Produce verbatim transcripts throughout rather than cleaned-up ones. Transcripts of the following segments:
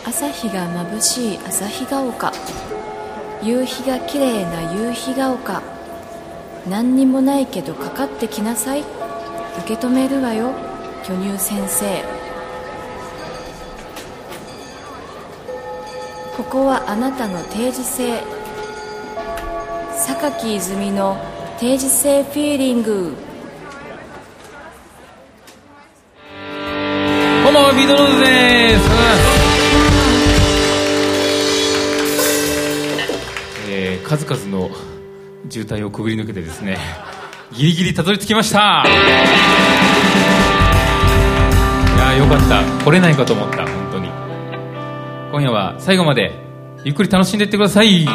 朝日が眩しい朝日が丘、夕日が綺麗な夕日が丘、何にもないけどかかってきなさい、受け止めるわよ巨乳先生。ここはあなたの定時性、榊泉の定時性フィーリング。 こんばんは、ビートローズです。えー、数々の渋滞をくぐり抜けてですね、ギリギリたどり着きました。いやー、よかった。来れないかと思った、本当に。今夜は最後までゆっくり楽しんでいってください。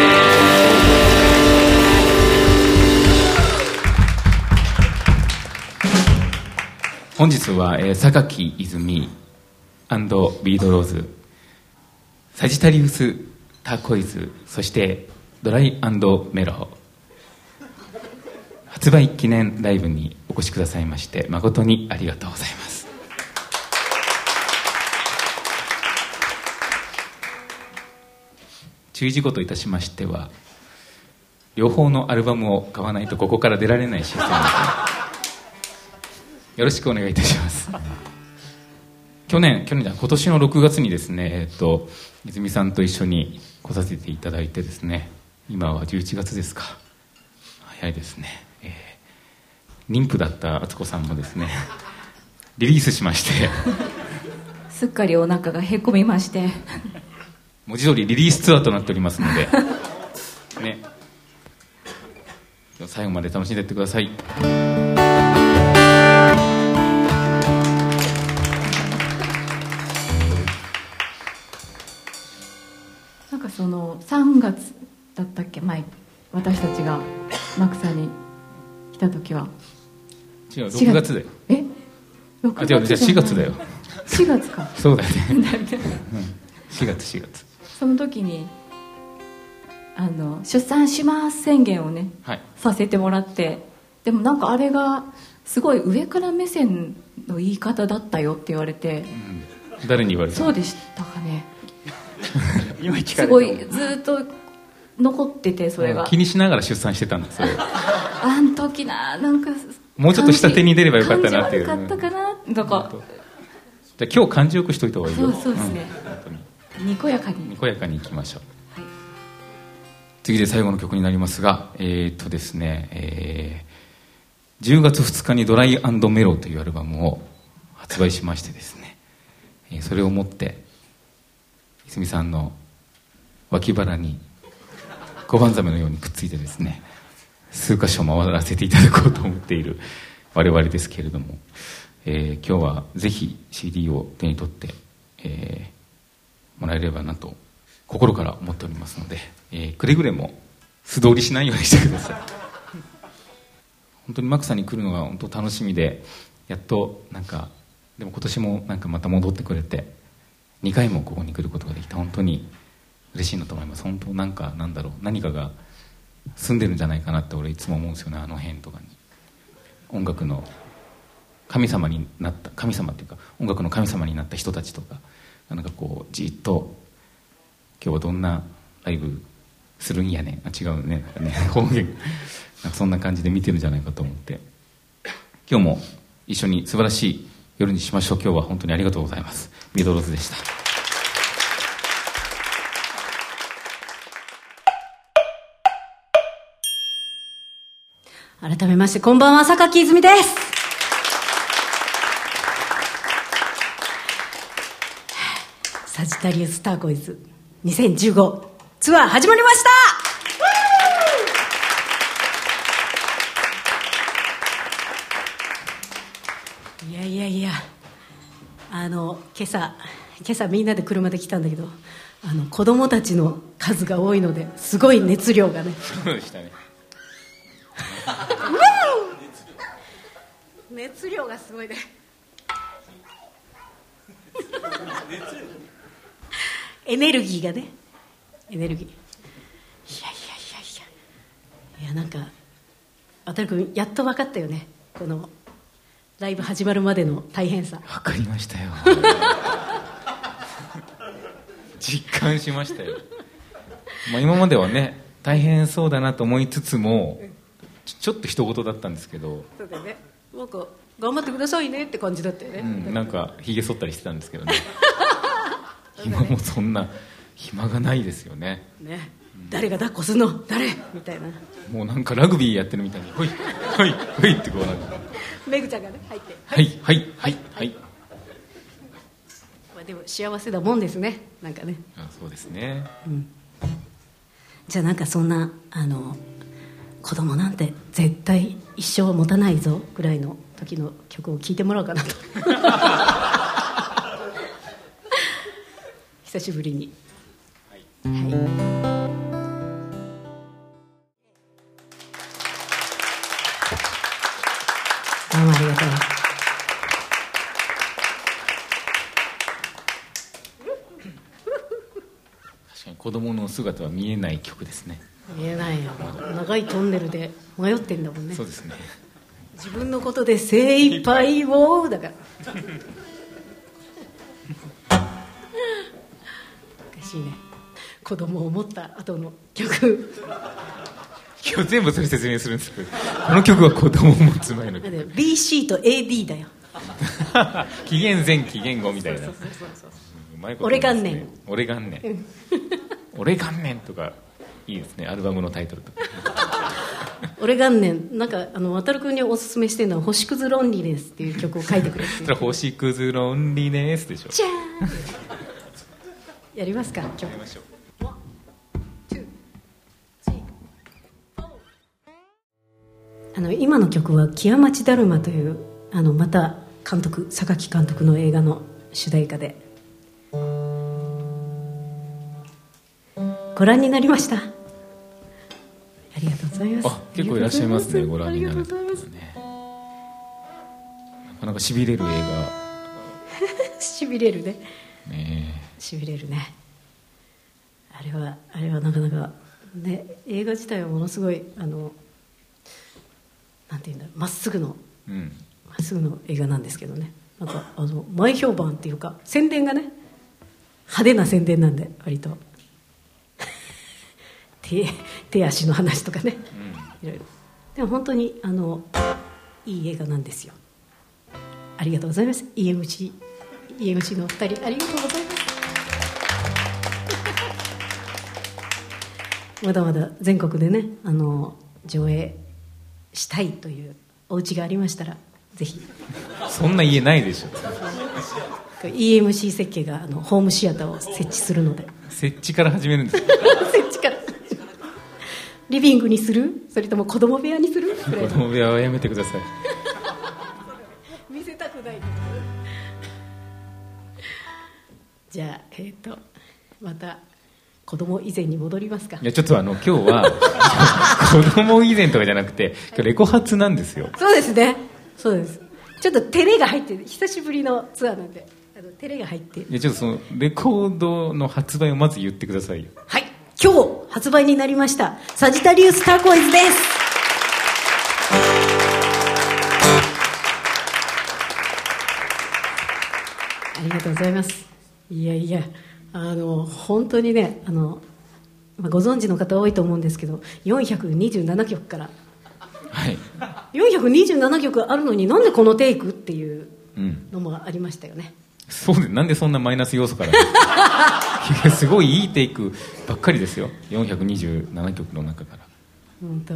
本日は、えー、榊泉&ビードローズ、サジタリウスターコイズ、そしてドライ&メロ発売記念ライブにお越しくださいまして誠にありがとうございます。注意事項といたしましては、両方のアルバムを買わないとここから出られないシステムです。よろしくお願いいたします。去年、去年じゃ今年のろくがつにですね、えっと泉さんと一緒に来させていただいてですね、今はじゅういちがつですか。早いですね。えー、妊婦だった敦子さんもですね、リリースしましてすっかりお腹がへこみまして、 文字通りリリースツアーとなっておりますのでね、最後まで楽しんでいってください。 なんかそのさんがつだったっけ、前私たちがマクさんに来た時は違う、ろくがつだよ。 えろくがつじゃない、 あ、違う、じゃあしがつだよ。 しがつか。 そうだよねしがつしがつ、 その時にあの出産します宣言をね、 はい、 させてもらって、でもなんかあれがすごい上から目線の言い方だったよって言われて、 うん、誰に言われたの？ そうでしたかね今聞かれたすごいずっと残ってて、それが気にしながら出産してたんだ。それあん時な、なんかもうちょっと下手に出ればよかったなっていう。 感じ悪かったかな、だからじゃあ今日感じよくしといた方がいいよ。 そうそうですね、うん、にこやかににこやかにいきましょう、はい、次で最後の曲になりますが、えー、っとですね、えー、じゅうがつふつかにドライ&メロというアルバムを発売しましてですね、えー、それをもって泉さんの脇腹に小判ザメのようにくっついてですね、数箇所回らせていただこうと思っている我々ですけれども、えー、今日はぜひ シーディー を手に取って、えー、もらえればなと心から思っておりますので、えー、くれぐれも素通りしないようにしてください。本当にマクさんに来るのが本当楽しみで、やっとなんかでも今年もなんかまた戻ってくれてにかいもここに来ることができて本当に嬉しいなと思います。本当なんかなんだろう、何かが住んでるんじゃないかなって俺いつも思うんですよね。あの辺とかに音楽の神様になった、神様っていうか音楽の神様になった人たちとか、なんかこうじっと今日はどんなライブするんやねん、あ違うね、なんかね方言なんかそんな感じで見てるんじゃないかと思って、今日も一緒に素晴らしい夜にしましょう。今日は本当にありがとうございます。ミドローズでした。 改めましてこんばんは、榊泉です。サジタリウスターコイズにせんじゅうごツアー始まりました。いやいやいや、あの今朝今朝みんなで車で来たんだけど、あの子供たちの数が多いのですごい熱量がね。 そうでしたね熱量がすごいねエネルギーがね、エネルギー。いやいやいやいや、いやなんか渡る君やっと分かったよね、このライブ始まるまでの大変さ。 分かりましたよ実感しましたよ。まあ今まではね大変そうだなと思いつつもちょ、ちょっと一言だったんですけど、 そうだよね、なんか頑張ってくださいねって感じだったよね、 うん、なんかひげ剃ったりしてたんですけどね今もそんな暇がないですよね。 ね、誰が抱っこするの誰みたいな、 もうなんかラグビーやってるみたいにほいほいほいってこうなんかめぐちゃんがね入ってはいはいはいはい、 まあ、でも幸せだもんですね、なんかね。 あ、そうですね、 うん、じゃあなんかそんなあの子供なんて絶対一生持たないぞぐらいの時の曲を聴いてもらおうかなと久しぶりに、はい、はい、どうもありがとう。 確かに子供の姿は見えない曲ですね。 見えないよ、長いトンネルで迷ってんだもんね。 そうですね、 自分のことで精一杯をだからおかしいね、子供を持った後の曲今日全部それ説明するんですけど、この曲は子供を持つ前の曲ビーシー と エーディー だよ紀元前紀元後みたいな、 俺元年俺元年俺元年とかいいですね、アルバムのタイトルとか俺元年、なんかあの渡る君におすすめしてるのは星屑ロンリネスっていう曲を書いてくれっていう。 それ星屑ロンリネスでしょ。 じゃーんやりますか、曲。 やりましょう。 あの今の曲は木屋町だるまというあのまた監督榊監督の映画の主題歌でご覧になりました。ありがとうございます。 あ、結構いらっしゃいますね、ご覧になる方ね。なかなかしびれる映画しびれるね、 ね、 しびれるね。あれはあれはなかなかね、映画自体はものすごいあのなんていうんだろう、まっすぐのま、うん、っすぐの映画なんですけどね、なんかあの前評判っていうか宣伝がね派手な宣伝なんで割と手, 手足の話とかね、うん、いろいろ。でも本当にあのいい映画なんですよ。ありがとうございます。 イーエムシー イーエムシー のお二人ありがとうございますまだまだ全国でねあの上映したいというお家がありましたらぜひ。 そんな家ないでしょイーエムシー 設計があのホームシアターを設置するので。 設置から始めるんですか設置からリビングにする、それとも子供部屋にする子供部屋はやめてください見せたくないじゃあ、えー、とまた子供以前に戻りますか。 いやちょっとあの今日は子供以前とかじゃなくて今日レコ発なんですよ。 そうですね、そうです。ちょっと照れが入って久しぶりのツアーなんであの照れが入って。いやちょっとそのレコードの発売をまず言ってくださいよ。 はい、今日発売になりましたサジタリウスターコイズです。ありがとうございます。いやいやあの本当にねあの、まあ、ご存知の方多いと思うんですけどよんひゃくにじゅうななきょくから、 はい、 よんひゃくにじゅうななきょくあるのになんでこのテイクっていうのもありましたよね、 うん、そうでなんでそんなマイナス要素からすごいいいテイクばっかりですよよんひゃくにじゅうななきょくの中から。 本当、うん、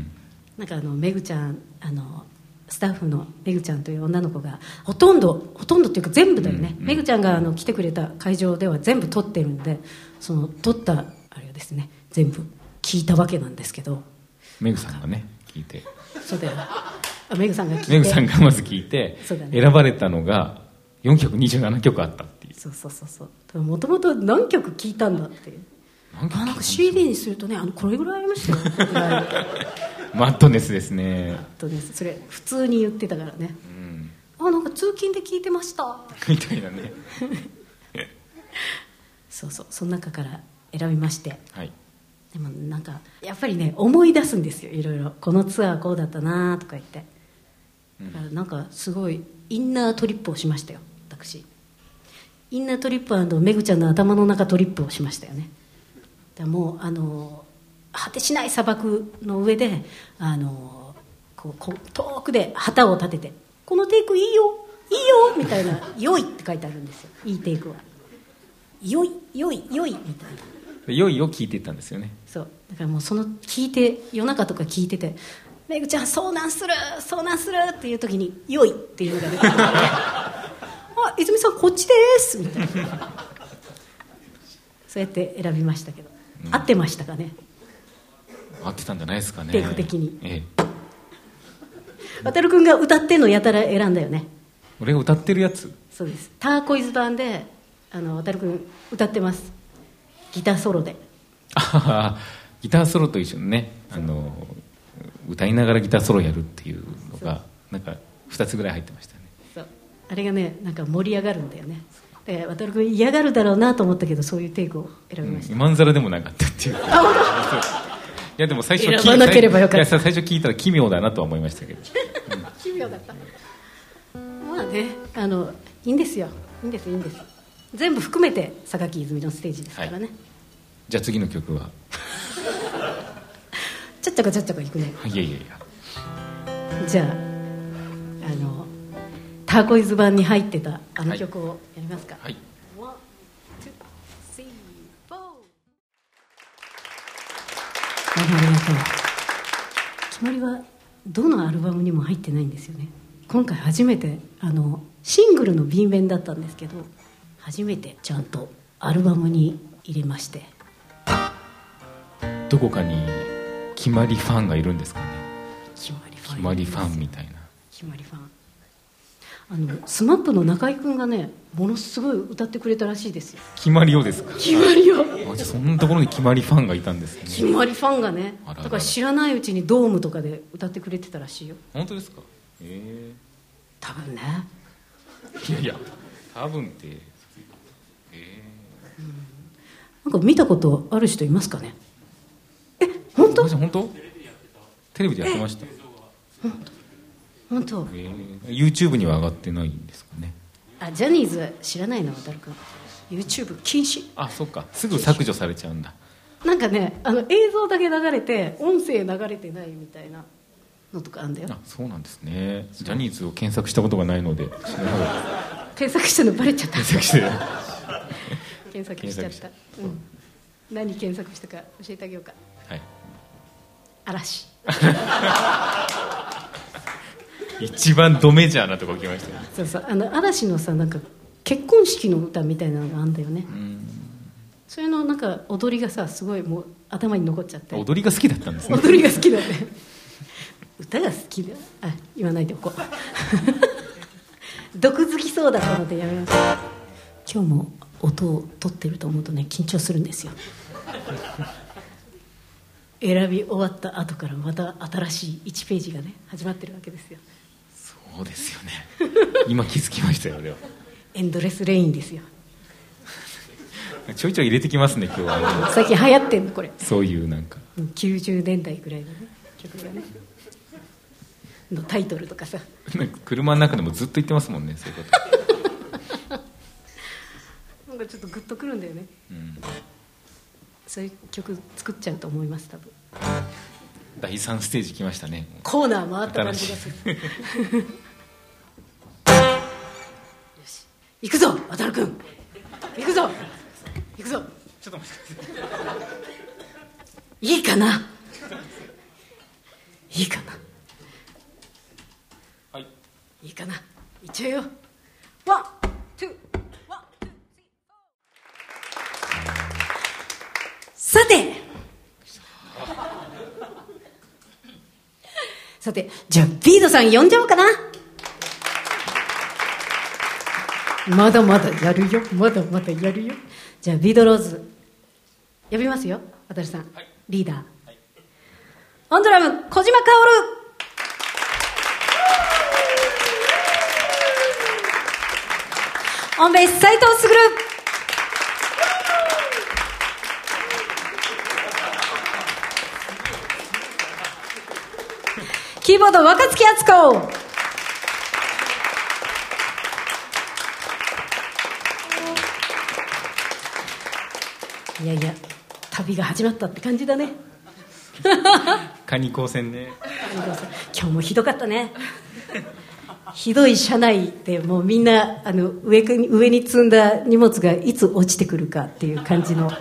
なんかあのめぐちゃんあのスタッフのめぐちゃんという女の子がほとんどほとんどっていうか全部だよね、うんうん、めぐちゃんがあの来てくれた会場では全部撮ってるんでその撮ったあれをですね全部聞いたわけなんですけどめぐさんがね聞いてそうだよあめぐさんが聞いてめぐさんがまず聞いて、ね、選ばれたのがよんひゃくにじゅうななきょくあったっていう。 そうそうそうそうもともと何曲聞いたんだっていうあなんか シーディー にするとねあのこれぐらいありましたよマットネスですね。 マットネスそれ普通に言ってたからね、うん、あなんか通勤で聞いてましたみたいなねそうそうその中から選びまして、 はい、 でもなんかやっぱりね思い出すんですよいろいろこのツアーこうだったなとか言ってだからなんかすごいインナートリップをしましたよ私インナートリップ&めぐちゃんの頭の中トリップをしましたよね。でもうあの果てしない砂漠の上であのこうこう遠くで旗を立てて、このテイクいいよいいよみたいな「よい」って書いてあるんですよ。いいテイクはよいよいよいみたいな、 よいを聞いていったんですよね。 そうだからもうその聞いて、夜中とか聞いてて、めぐちゃん遭難する遭難するっていう時によいっていうのが出てくるあ、泉さんこっちですみたいなそうやって選びましたけど、うん、合ってましたかね。 合ってたんじゃないですかね、 テイク的に。 ええ、 渡るくんが歌ってんのやたら選んだよね。 俺が歌ってるやつ。 そうです、ターコイズ版であの渡るくん歌ってます、ギターソロで。 あギターソロと一緒にね、あの歌いながらギターソロやるっていうのがなんかふたつぐらい入ってましたね。 そうあれがねなんか盛り上がるんだよね。で渡るくん嫌がるだろうなと思ったけど、そういうテイクを選びました。 うん、まんざらでもなかったっていうかいやでも最初選ばなければよかった。 いや最初聞いたら奇妙だなとは思いましたけど、 うん、奇妙だった。まあね、あのいいんですよ、いいんですいいんです。全部含めて榊泉のステージですからね、はい、 じゃあ次の曲はちゃっちゃかちゃっちゃかいくね。 いやいやいや、 じゃあ、あのターコイズ版に入ってたあの曲をやりますか。 はい、 ワン、ツー、スリー、フォー。ありがとう。決まりはどのアルバムにも入ってないんですよね。今回初めてあのシングルの B 面だったんですけど、初めてちゃんとアルバムに入れまして。 どこかに決まりファンがいるんですかね。 決まりファン、 決まりファンみたいな。 決まりファン、あのスマップの中居君がねものすごい歌ってくれたらしいですよ。 決まりよですか。 決まりよ。 あ、じゃあそんなところに決まりファンがいたんですね。 決まりファンがね、 あららら、 だから知らないうちにドームとかで歌ってくれてたらしいよ。 本当ですか。えー、 多分ね。 いやいや多分って、えーうん、なんか見たことある人いますかね。え、本当？ 本当？テレビでやってました。 本当？ えー、YouTube には上がってないんですかね。 あ、ジャニーズ知らないの渡るくん。YouTube 禁止。 あ、そっか、すぐ削除されちゃうんだ。 なんかね、あの映像だけ流れて音声流れてないみたいなのとかあるんだよ。 あ、そうなんですね。ジャニーズを検索したことがないので検索したのバレちゃった。 検索して検索しちゃった、うん、何検索したか教えてあげようか。 はい、 嵐一番ドメジャーなとこ来ましたね。 そうそう、あの嵐のさ、なんか結婚式の歌みたいなのがあるんだよね。うん、それのなんか踊りがさ、すごいもう頭に残っちゃって。 踊りが好きだったんですね。 踊りが好きだね歌が好きだ。あ、言わないでおこう毒好きそうだったのでやめました。今日も音を取ってると思うとね、緊張するんですよ選び終わった後からまた新しいいちページがね始まってるわけですよ。 そうですよね今気づきましたよ。ではエンドレスレインですよちょいちょい入れてきますね今日は。 最近流行ってんのこれ。 そういうなんかきゅうじゅうねんだいぐらいのね曲がねのタイトルとかさなんか車の中でもずっと言ってますもんね、そういうことなんかちょっとグッとくるんだよね、うん、そういう曲作っちゃうと思います多分。 だいさんステージ来ましたね。 コーナー回った感じがするよし行くぞ渡るくん、行くぞ行くぞ。 ちょっと待ってください。 いいかないいかな、 はい、 いいかな、行っちゃうよ。ワン、ツー、ワン、ツー、スリー、フォー。さてさて、じゃあビードさん呼んじゃおうかな。まだまだやるよ、まだまだやるよ。じゃあビードローズ呼びますよ、渡さん、はい、リーダー、はい、オンドラム小島薫、オンベース斉藤卓、キーボード若月敦子、 いやいや旅が始まったって感じだね。 カニ高専ね。 今日もひどかったね。ひどい車内でもうみんなあの 上, 上に積んだ荷物がいつ落ちてくるかっていう感じの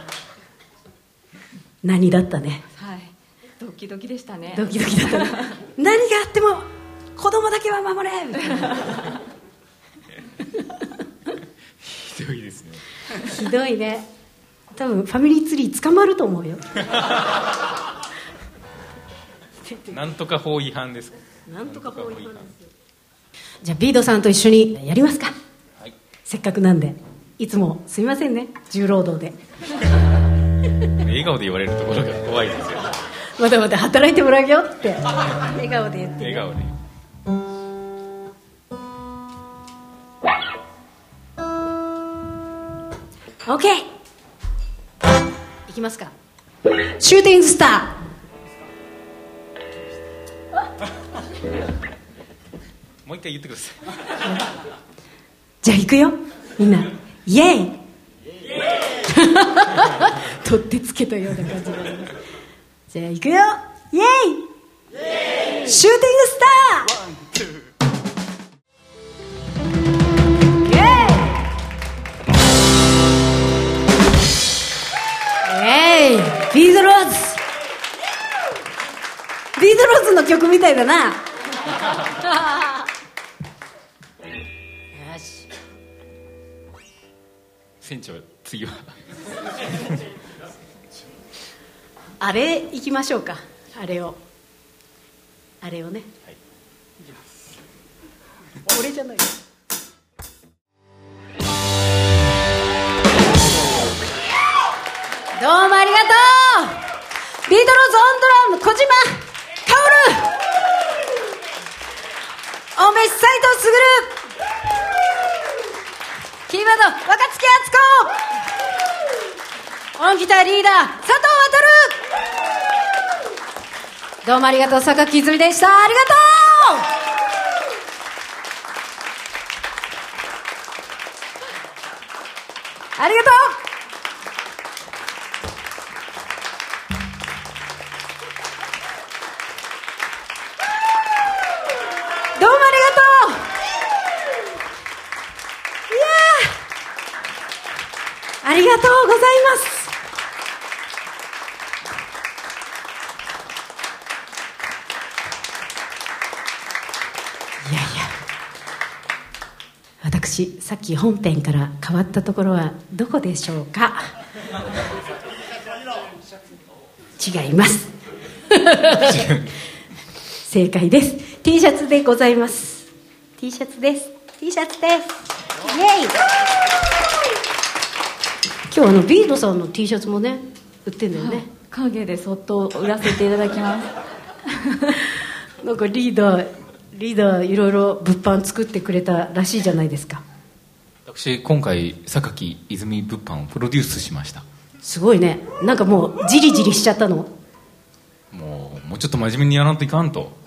何だったね。 はい、ドキドキでしたね。 ドキドキだったね。何があっても子供だけは守れみたいな。 ひどいですね。 ひどいね。多分ファミリーツリー捕まると思うよ。 なんとか法違反です。 なんとか法違反ですよ。じゃあビードさんと一緒にやりますか、はい、せっかくなんで。いつもすいませんね、重労働で。 笑顔で言われるところが怖いですよ。 まだまだ働いてもらうよって笑顔で言って、ね、 笑顔で。 オッケー、いきますか。シューティングスター。 もう一回言ってください。 じゃあ行くよみんな。イエイ。取ってつけたような感じがあります。じゃあ行くよ、イエイ。シューティングスター。イエイ。イエイ。ビートローズ。ビートローズの曲みたいだな。よし。 船長、次はあれ行きましょうか。あれをあれをね、はい、これじゃない。どうもありがとう。ビートローズオンドラム小島薫、オンベース斉藤卓、キーワード若槻敦子、オンギターリーダー佐藤航。どうもありがとう。榊泉でした。ありがとう。ありがとう。どうもありがとう。いやー、ありがとうございます。いやいや、私さっき本編から変わったところはどこでしょうか。違います。正解です。T シャツでございます。 T シャツです。 T シャツです。イエイ。今日あのビードさんの T シャツもね売ってんだよね、はい、 影でそっと売らせていただきます。 なんかリーダーリーダーいろいろ物販作ってくれたらしいじゃないですか。 私今回榊泉物販をプロデュースしました。 すごいね。なんかもうジリジリしちゃったの。 もうもうちょっと真面目にやらんといかんと。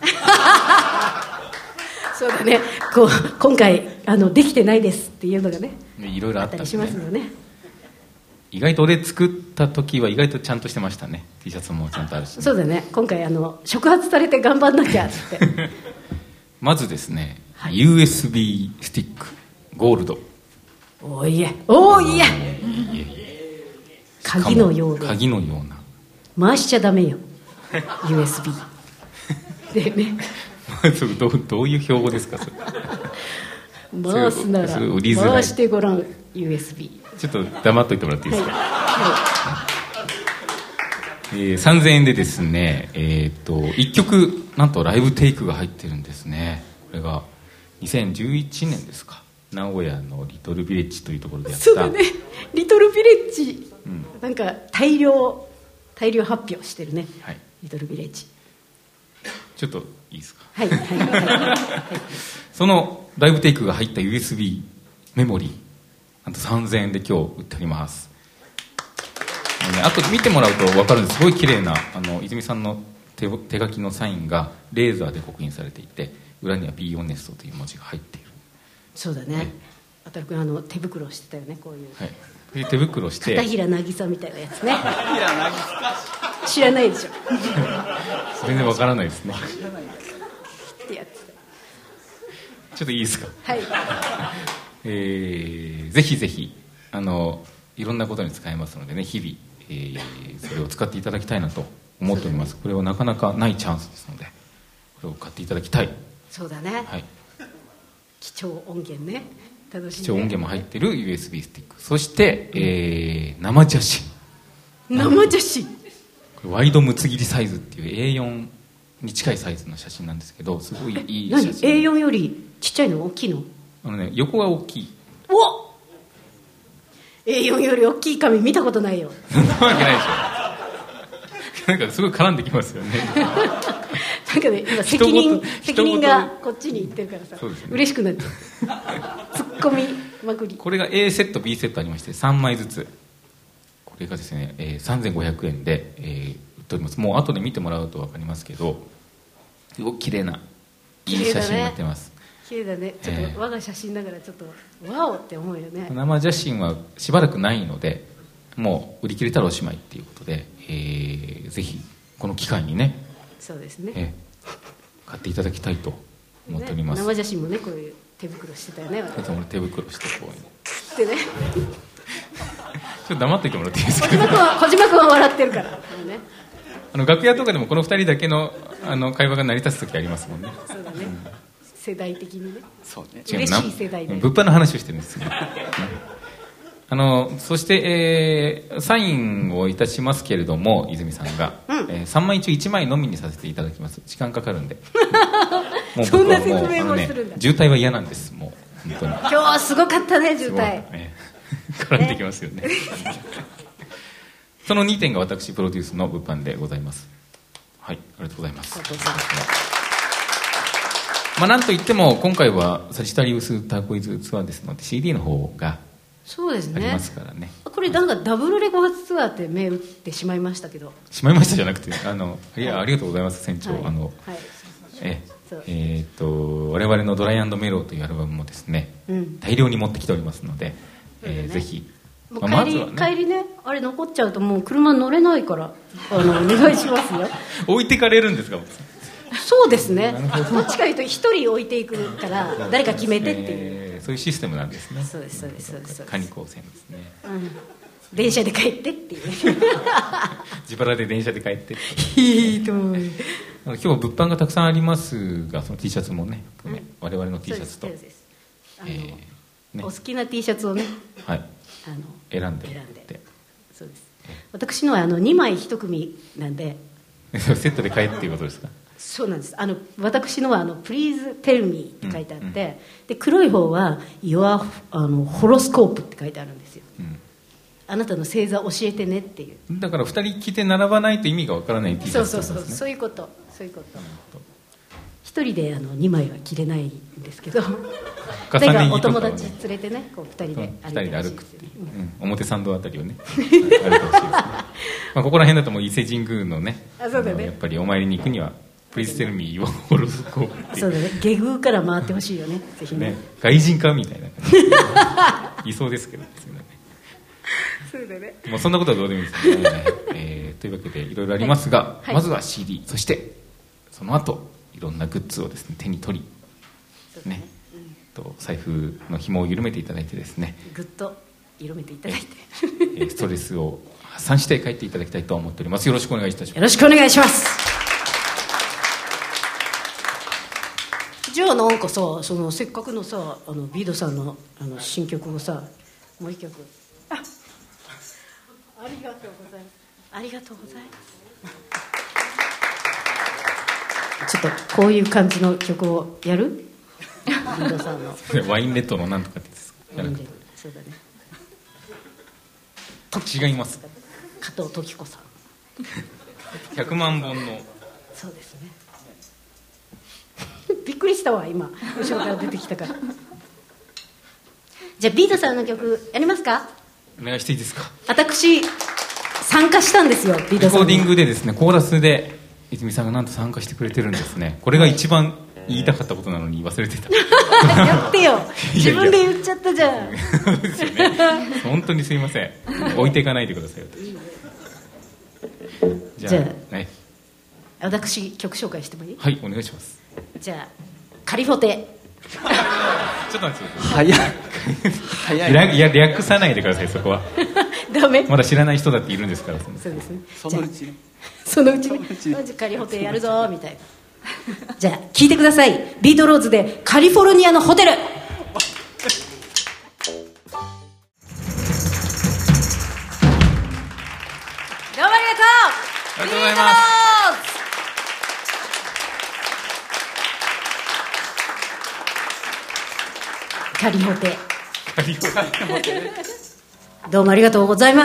そうだね。こう今回あのできてないですっていうのがね、 いろいろあったんで、ね、 あったりしますよね。 意外と俺作った時は意外とちゃんとしてましたね。 T シャツもちゃんとあるし、ね、 そうだね。今回あの触発されて頑張んなきゃってまずですね、はい、ユーエスビー スティックゴールド。 おいえおいえ、鍵のような鍵のような回しちゃダメよユーエスビー でね。 どう、どういう標語ですかそれ。 回すなら回してごらん ユーエスビー。 ちょっと黙っといてもらっていいですか、はいはい。えー、さんぜんえんでですね、えー、っといっきょくなんとライブテイクが入ってるんですね。これがにせんじゅういちねんですか、名古屋のリトルビレッジというところでやった。 そうだね、リトルビレッジ、うん、なんか大量大量発表してるね、はい、リトルビレッジ。 ちょっといいですか。 はいはいはいそのライブテイクが入った ユーエスビー メモリーなんとさんぜんえんで今日売っております。ね、あと見てもらうと分かるんです。すごい綺麗なあの泉さんの 手, 手書きのサインがレーザーで刻印されていて、裏には Be Honest という文字が入っている。 そうだね。あたるくんあの手袋をしてたよね、こういう、 はい、 手袋して片平渚みたいなやつね。知らないでしょ。 全然わからないですね。 ってやつ。 ちょっといいですか。 はい。 えー、ぜひぜひあのいろんなことに使えますのでね、日々、えー、それを使っていただきたいなと思っております。これはなかなかないチャンスですので、これを買っていただきたい。 そうだね。 はい。 貴重音源ね。楽しいね。 貴重音源も入っている ユーエスビー スティック、そして、えー、生写真。 生写真。 これワイドむつ切りサイズっていう エーよん に近いサイズの写真なんですけど、すごいいい写真。 何 エーよん よりちっちゃいの大きいの？ あのね、横が大きい。 お エーよん より大きい紙見たことないよ。 そんなわけないでしょ。なんかすごい絡んできますよね。 なんかね、今責任責任がこっちに行ってるからさ、ね、嬉しくなっちゃう。ツッコミまくり。 これが A セット B セットありましてさんまいずつ、これがですね、えー、さんぜんごひゃくえんで、えー、売っております。もう後で見てもらうと分かりますけど、すごく綺麗ないい写真になってます。 綺麗だね。ちょっと我が写真ながらちょっとワオって思うよね。 生写真はしばらくないので、もう売り切れたらおしまいっていうことで、えー、ぜひこの機会にね、 そうですね、 えー、買っていただきたいと思っております、 ね、生写真もね、こういう手袋してたよね。 私も手袋してこうでねちょっと黙っていてもらっていいですか。 小島君は小島君は笑ってるから、ね、 あの楽屋とかでもこのふたりだけ の, あの会話が成り立つ時ありますもんね。 そうだね、うん、世代的にね。 そうね、 嬉しい世代で物販の話をしてるんですよ、ね、あのそして、えー、サインをいたしますけれども、泉さんが、うん、えー、さんまい中いちまいのみにさせていただきます。時間かかるんでもう僕はもうそんな説明もするんだ、ね、渋滞は嫌なんです。もう本当に今日はすごかったね、渋滞、 ね、絡んできますよねそのにてんが私プロデュースの物販でございます。はい、ありがとうございます。まあ、なんといっても今回はサジタリウスターコイズツアーですので シーディー の方がそうですね、 ありますからね。 これなんかダブルレコ発ツアーって銘打ってしまいましたけど、 しまいましたじゃなくて、あのいや、ありがとうございます船長、はい、あの、はい、ええー、っと我々のドライ&メローというアルバムもですね、うん、大量に持ってきておりますので、えーね、ぜひ、 まあ、帰り、まずはね、帰りね、あれ残っちゃうともう車乗れないからあのお願いしますよ置いてかれるんですか。 そうですね、どっちかいうと一人置いていくから誰か決めてっていう、 えー、そういうシステムなんですね。 そうですそうですそうです、 カニ高専ですね、うん、 電車で帰ってっていう自腹で電車で帰ってってひどい。 今日は物販がたくさんありますが、その T シャツもね、うん、我々の T シャツと、 あの、えーね、お好きな T シャツをね、 はい、 あの選んで選んで、そうです。私のはあのにまいいち組なんでセットで買えっていうことですか。 そうなんです。あの私のはあの Please Tell Me って書いてあって、うんうん、で黒い方は Your あのホロスコープって書いてあるんですよ、うん、あなたの星座教えてねっていう。 だからふたり着て並ばないと意味がわからない T シャツですね。 そうそうそう、そういうことそういうこと。一人であのにまいは着れないんですけどだからお友達連れてね、こうふたりで歩いてほしいですよ、 うん、表参道あたりをね歩いてほしいですねまあここら辺だともう伊勢神宮のね、 あ、そうだね、 やっぱりお参りに行くにはプリステルミーをホロスコープって、 そうだね、下宮から回ってほしいよね、ぜひ ね, ね外人かみたいな感じいそうですけどねそうだね、 もうそんなことはどうでもいいですね、えー、というわけでいろいろありますが、はいはい、まずは シーディー、そしてその後いろんなグッズをですね手に取り、ね、うん、と財布の紐を緩めていただいてですね、 ぐっと緩めていただいて、 えー、ストレスを発散して帰っていただきたいと思っております。よろしくお願いいたします。 よろしくお願いします。じゃあなんかさ、そのせっかくのさ、あのビードさんの、あの新曲をさ、もう一曲、あ、ありがとうございます。ありがとうございます。ちょっとこういう感じの曲をやる？ビードさんのワインレッドのなんとかってですか？ ワインレッド、そうだね。 違います。 加藤時子さん。 ひゃくまんぼんの。 そうですね。びっくりしたわ今後ろから出てきたからじゃあビートさんの曲やりますか？ お願いしていいですか？ 私参加したんですよ。ビートさんレコーディングでですね、コーラスで泉さんがなんと参加してくれてるんですね。これが一番言いたかったことなのに忘れてた言ってよ自分で言っちゃったじゃんそうですよね本当にすいません置いていかないでください私じゃあ、じゃあね、 私曲紹介してもいい？ はいお願いします。 じゃあカリフォテちょっと待って早い早いいや略さないでくださいそこはダメまだ知らない人だっているんですから。 そうですねそのうちそのうちねカリフォテやるぞみたいなじゃあ聴いてください。ビートローズでカリフォルニアのホテル。どうもありがとう。 ありがとうございます。 カリホテカリホテどうもありがとうございます。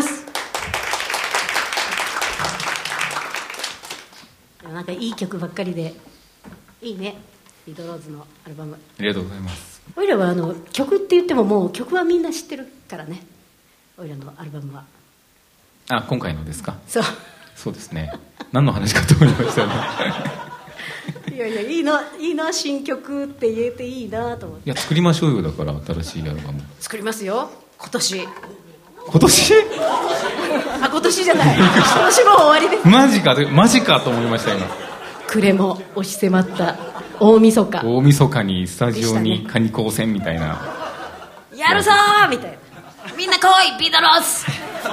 なんかいい曲ばっかりでいいね。ビートローズのアルバムありがとうございます。 おいらはあの曲って言ってももう曲はみんな知ってるからね。おいらのアルバムはあ今回のですか。 そうそうですね何の話かと思いましたねいやいやいいないいな新曲って言えていいなと思って。 いや作りましょうよだから新しいアルバム作りますよ今年。 今年あ今年じゃない今年も終わりです。 マジかマジかと思いました今。 暮れも押し迫った大晦日大晦日にスタジオにカニ光線みたいな、 ね、やるぞーみたいなみんな来いビートローズ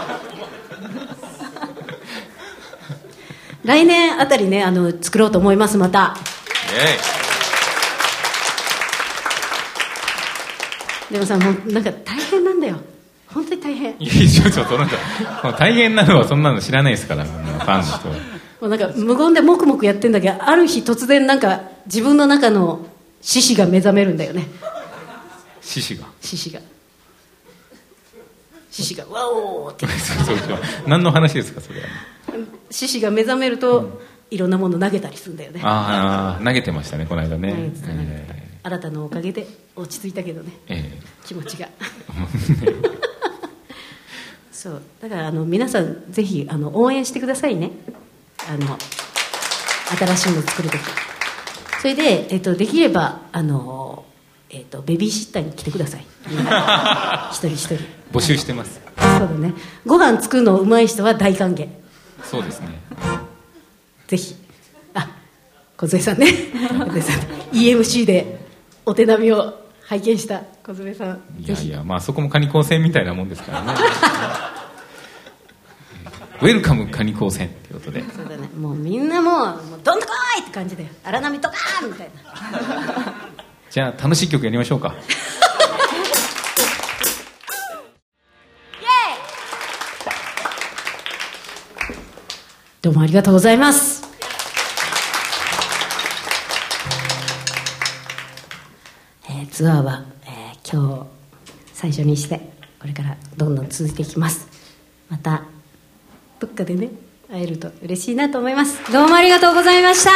来年あたりねあの作ろうと思いますまた。でもさもうなんか大変なんだよ本当に大変。 いやちょっとその大変なのはそんなの知らないですからファンの人は。 もうなんか無言でもくもくやってんだけどある日突然なんか自分の中の獅子が目覚めるんだよね。 獅子が獅子が獅子がワオーってそうそう何の話ですかそれは。 獅子が目覚めると、うん、いろんなもの投げたりするんだよね。 ああ投げてましたねこの間ね。 投げてた、えー、あなたのおかげで落ち着いたけどね、えー、気持ちがそうだからあの皆さんぜひあの応援してくださいね。あの新しいの作るときそれで、えっと、できればあの、えっと、ベビーシッターに来てください一人一人募集してます。 そうだねご飯作るのうまい人は大歓迎。 そうですねぜひあ小杉さんね小杉さん イーエムシー でお手並みを拝見した小杉さん。 いやいやまあそこもカニ光線みたいなもんですからねウェルカムカニ光線ってことで。 そうだねもうみんなもう、もうどんとこいって感じで荒波とかーみたいなじゃあ楽しい曲やりましょうかどうもありがとうございます。えー、ツアーは、えー、今日最初にしてこれからどんどん続いていきます。またどっかでね会えると嬉しいなと思います。どうもありがとうございました。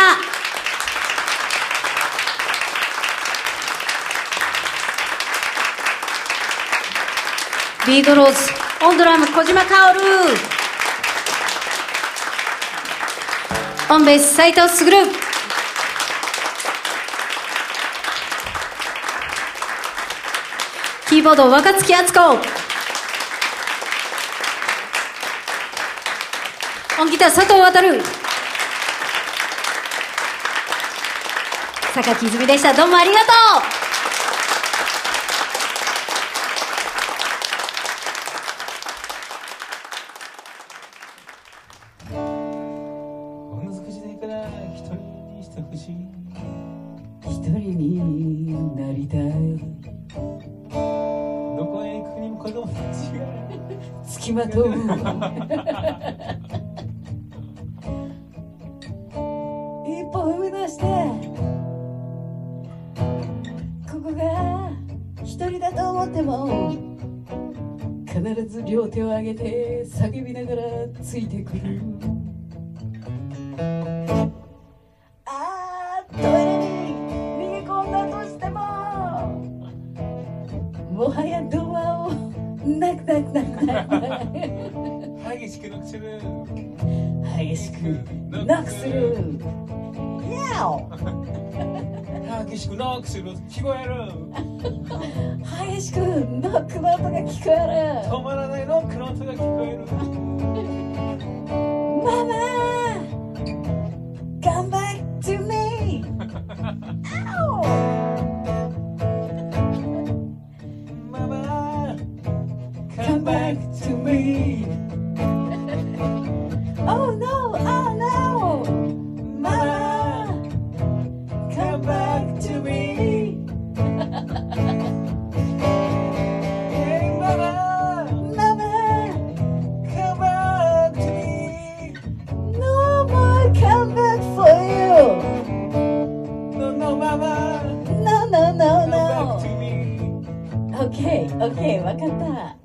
ビートローズオンドラム小島かおる、オンベース斉藤卓、キーボード若月敦子、音ギター佐藤航、榊泉でした。どうもありがとう。 一人になりたい。 どこへ行くにも子供たちがつきまとう一歩踏み出してここが一人だと思っても必ず両手を上げて叫びながらついてくる。もはやドアをなくなくなくなく激しくノックする激しくノックするヤオ激しくノックする音聞こえる激しくノックの音が聞こえる止まらないノックの音が聞こえるママ Come back to me Mama Come back to me Oh no, oh no Mama Come back to me Hey Mama Mama Come back to me No more come back for you No no Mama No, no, no, Come back no to me OK, OK, わかった